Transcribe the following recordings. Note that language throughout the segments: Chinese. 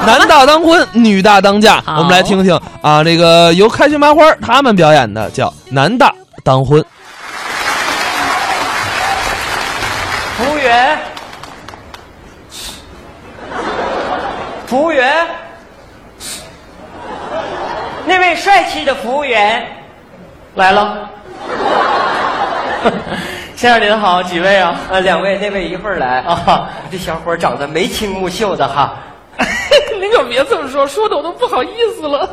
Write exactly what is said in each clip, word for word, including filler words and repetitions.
男大当婚，女大当嫁。我们来听听啊，这个由开心麻花他们表演的叫《男大当婚》。 服务员，服务员，那位帅气的服务员来了。先生您好，几位啊？ 呃，两位，那位一会儿来啊。 这小伙长得眉清目秀的哈。 您可别这么说，说的我都不好意思了。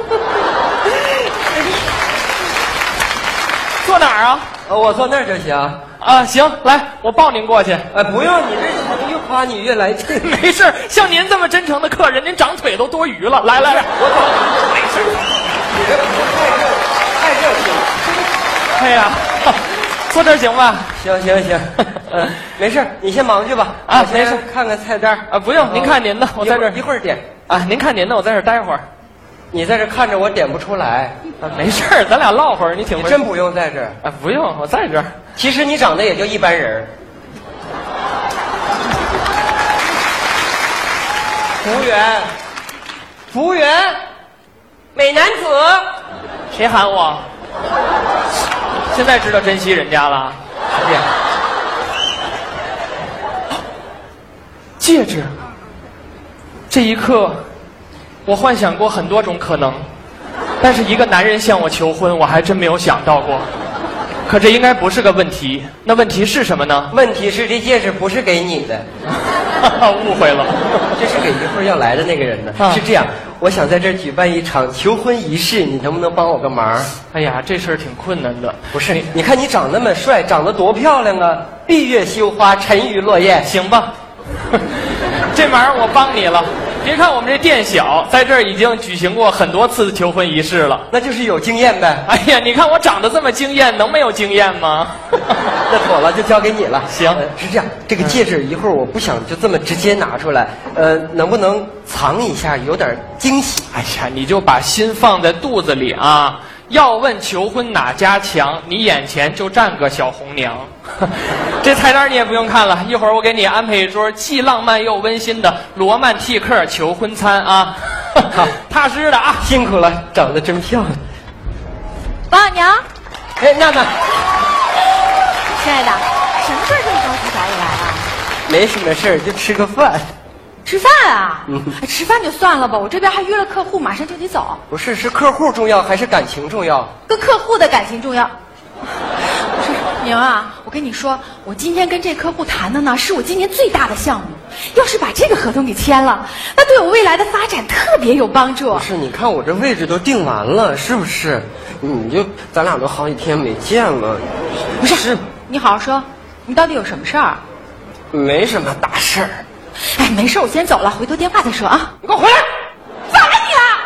坐哪儿啊？ 呃，我坐那儿就行。 啊，行，来，我抱您过去。 呃，不用，你这越夸你越来劲。 没事，像您这么真诚的客人，您长腿都多余了。来来来，我走。没事， 你这不太热，太热情。 哎呀，坐这儿行吧？ 行行行，呃，没事，你先忙去吧。 啊，没事， 看看菜单啊，不用，您看您的，我在这儿一会儿点。 啊，您看您的，我在这儿待会儿。 你在这看着我点不出来。 啊，没事儿，咱俩唠会儿，你挺你真不用在这儿啊，不用，我在这儿。 其实你长得也就一般人。服务员，服务员，美男子， 谁喊我？现在知道珍惜人家了。 是呀。 戒指。这一刻，我幻想过很多种可能，但是一个男人向我求婚，我还真没有想到过。可这应该不是个问题，那问题是什么呢？ 问题是这戒指不是给你的。 误会了， 这是给一会儿要来的那个人的。啊、是这样，我想在这儿举办一场求婚仪式，你能不能帮我个忙？ 哎呀，这事儿挺困难的。 不是，你你看你长那么帅，长得多漂亮啊！闭月羞花，沉鱼落雁。 行吧，这忙我帮你了。别看我们这店小，在这儿已经举行过很多次求婚仪式了， 那就是有经验呗。 哎呀，你看我长得这么惊艳，能没有经验吗？ 那妥了，就交给你了。 行、 呃，是这样，这个戒指一会儿我不想就这么直接拿出来，呃，能不能藏一下，有点惊喜？ 哎呀，你就把心放在肚子里啊！要问求婚哪家强，你眼前就站个小红娘。这菜单你也不用看了，一会儿我给你安排一桌既浪漫又温馨的罗曼蒂克求婚餐啊！好，踏实的啊！ 辛苦了，长得真漂亮。 王小娘， 哎，娜娜， 亲爱的，什么事儿这么着急找我来啊？ 没什么事儿，就吃个饭。 吃饭啊？嗯，吃饭就算了吧，我这边还约了客户，马上就得走。 不是，是客户重要还是感情重要？ 跟客户的感情重要。不是，宁啊，我跟你说，我今天跟这客户谈的呢，是我今年最大的项目。要是把这个合同给签了，那对我未来的发展特别有帮助。 不是，你看我这位置都定完了，是不是？你就咱俩都好几天没见了。 不是，是你好好说，你到底有什么事儿？ 没什么大事儿。 哎，没事，我先走了，回头电话再说啊。 你给我回来！ 咋了你了？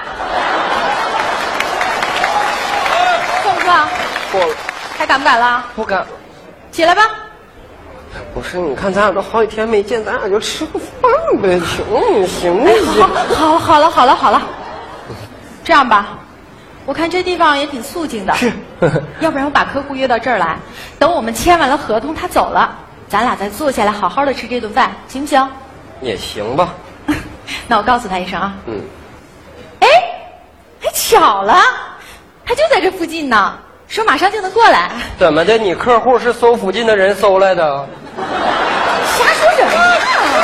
错不错？ 错了。 还敢不敢了？ 不敢。 起来吧。 不是，你看咱俩都好几天没见，咱俩就吃个饭呗，行行哎，好，好，好了，好了，好了。这样吧，我看这地方也挺肃静的， 是。 要不然我把客户约到这儿来，等我们签完了合同，他走了，咱俩再坐下来好好的吃这顿饭，行不行？ 也行吧。 那我告诉他一声啊。 嗯。 哎，还巧了，他就在这附近呢，说马上就能过来。 怎么的？你客户是搜附近的人搜来的？ 瞎说什么呢？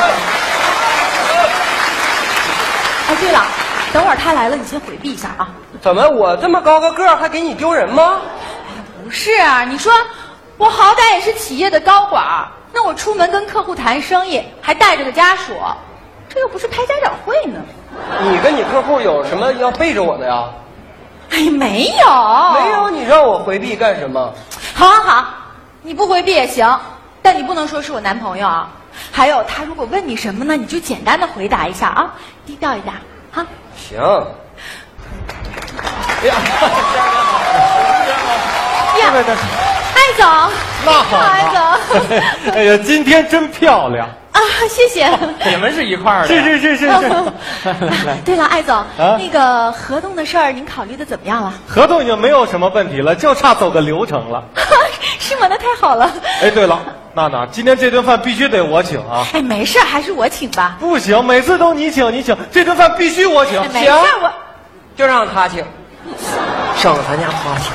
哎，对了，等会儿他来了，你先回避一下啊。 怎么我这么高个个儿还给你丢人吗？ 哎呀，不是啊，你说我好歹也是企业的高管，那我出门跟客户谈生意还带着个家属，这又不是开家长会呢。 你跟你客户有什么要背着我的呀？ 哎呀，没有， 没有，你让我回避干什么？ 好好好，你不回避也行，但你不能说是我男朋友啊。还有，他如果问你什么呢，你就简单的回答一下啊，低调一点，哈。 行。 哎呀， 呀，艾总， 那好， 艾总。 哎呀，今天真漂亮啊！谢谢。 你们是一块儿的？ 是是是是是。 对了，艾总， 啊、 那个合同的事儿您考虑的怎么样了？ 合同已经没有什么问题了，就差走个流程了。 是是吗？那太好了。 哎，对了，娜娜，今天这顿饭必须得我请啊！ 哎，没事，还是我请吧。 不行，每次都你请，你请，这顿饭必须我请。 哎没事，我就让他请，省了咱家花钱。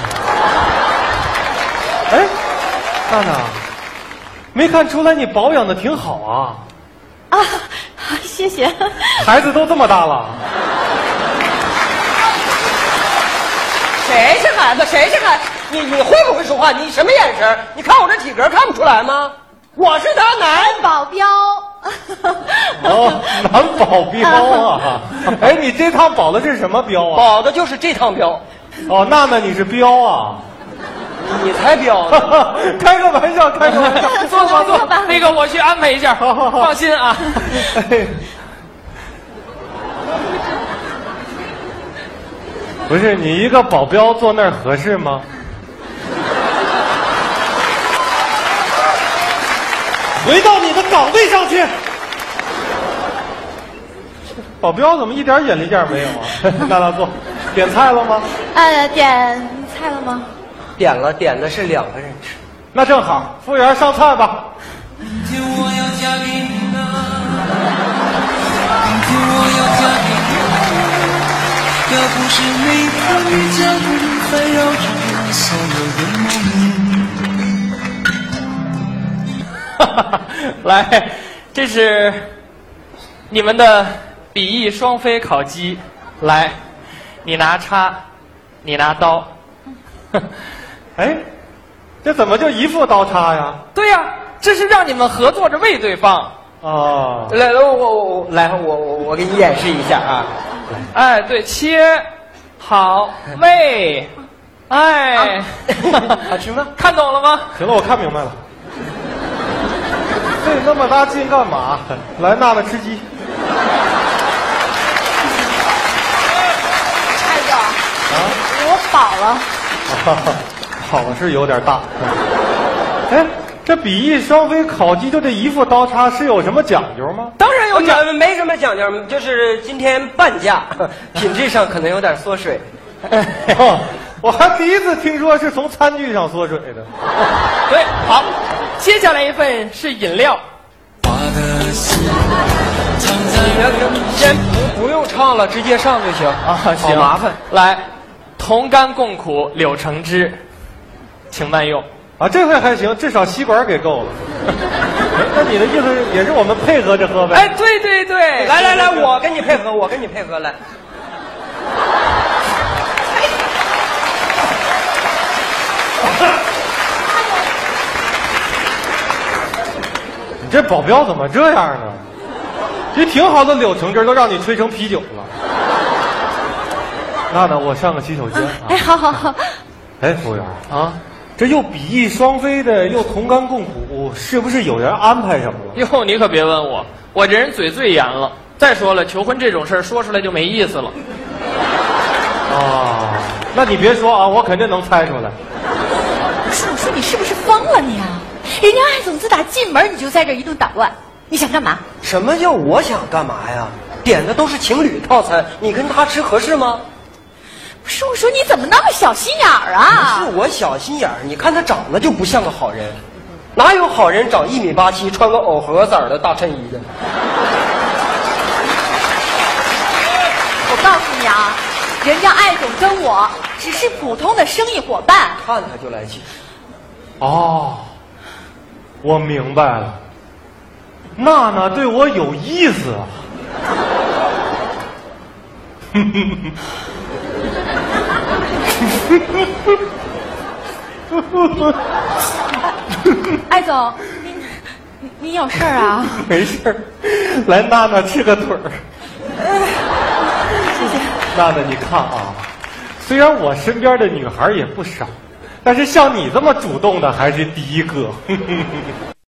哎，娜娜，没看出来你保养的挺好啊？ 啊，谢谢。 孩子都这么大了。 谁是孩子？谁是孩子？你你会不会说话？你什么眼神？你看我这体格看不出来吗？我是他男保镖。 哦，男保镖啊！哎，你这趟保的是什么镖啊？ 保的就是这趟镖。 哦，娜娜你是镖啊？ 你才镖呢！ 开个玩笑，开个玩笑， 坐坐坐，那个我去安排一下，放心啊。 哎不是你一个保镖坐那儿合适吗？回到你的岗位上去。保镖怎么一点眼力劲儿没有啊？娜娜坐，点菜了吗？ 呃，点菜了吗？ 点了，点的是两个人吃。 那正好，服务员上菜吧。 明天我要嫁给你了，明天我要嫁给你了。要不是你和你家人环绕着我所有的梦。 来，这是你们的比翼双飞烤鸡。来，你拿叉，你拿刀。 哎，这怎么就一副刀叉呀？ 对呀、这是让你们合作着喂对方。 哦， 来来，我我我来，我我我给你演示一下啊。 哎，对，切好喂，哎， 好吃吗？ 看懂了吗？ 行了，我看明白了。费那么大劲干嘛？来，娜娜吃鸡。 艾总， 啊， 我饱了。 好了，是有点大。哎，这比翼双飞烤鸡就这一副刀叉是有什么讲究吗？ 当然有讲， 没没什么讲究，就是今天半价，品质上可能有点缩水。 哦，我还第一次听说是从餐具上缩水的。 对，好，接下来一份是饮料。 花的心藏在先不不用唱了，直接上就行啊， 好行， 麻烦。 来，同甘共苦，柳橙汁，请慢用。 啊，这回还行，至少吸管给够了。哎，那你的意思也是我们配合着喝呗？ 哎，对对对， 来来来，我跟你配合，我跟你配合来。 你这保镖怎么这样呢？这挺好的柳橙汁都让你吹成啤酒了。娜娜，我上个洗手间啊。 哎，好好好。 哎，服务员啊， 这又比翼双飞的，又同甘共苦，是不是有人安排什么了？ 哟，你可别问我，我这人嘴最严了。再说了，求婚这种事儿说出来就没意思了。 啊，那你别说啊，我肯定能猜出来。 不是，我说你是不是疯了你啊？人家艾总自打进门你就在这一顿捣乱，你想干嘛？ 什么叫我想干嘛呀？点的都是情侣套餐，你跟他吃合适吗？ 不是，我说你怎么那么小心眼儿啊？ 是我小心眼儿，你看他长得就不像个好人，哪有好人长一米八七，穿个藕荷色儿的大衬衣的？ 我告诉你啊，人家艾总跟我只是普通的生意伙伴。 看他就来气。 哦，我明白了，娜娜对我有意思啊。 艾总，你你你有事儿啊？ 没事儿，来娜娜吃个腿儿。 谢谢。 娜娜，你看啊，虽然我身边的女孩也不少，但是像你这么主动的还是第一个。